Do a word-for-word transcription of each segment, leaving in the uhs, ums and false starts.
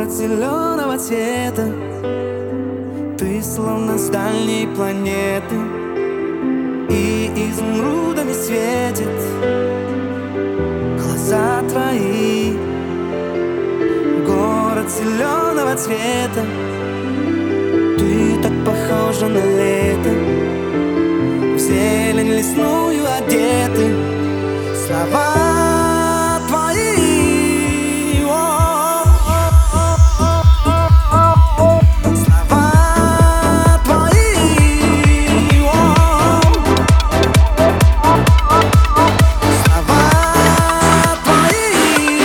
Город зеленого цвета, ты словно с дальней планеты, и изумрудами светит глаза твои. Город зеленого цвета, ты так похожа на лето, в зелень лесную одеты слова твои. Слова твои. Слова твои.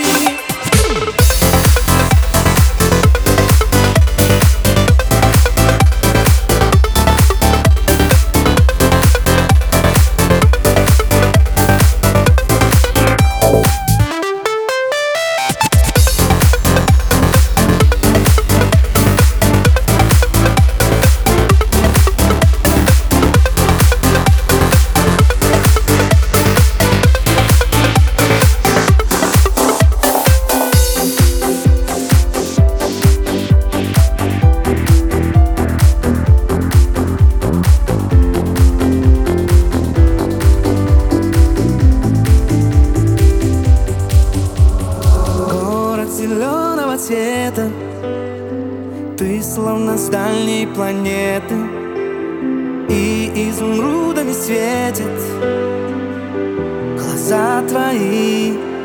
Зеленого цвета, ты словно с дальней планеты, и изумрудами светит глаза твои.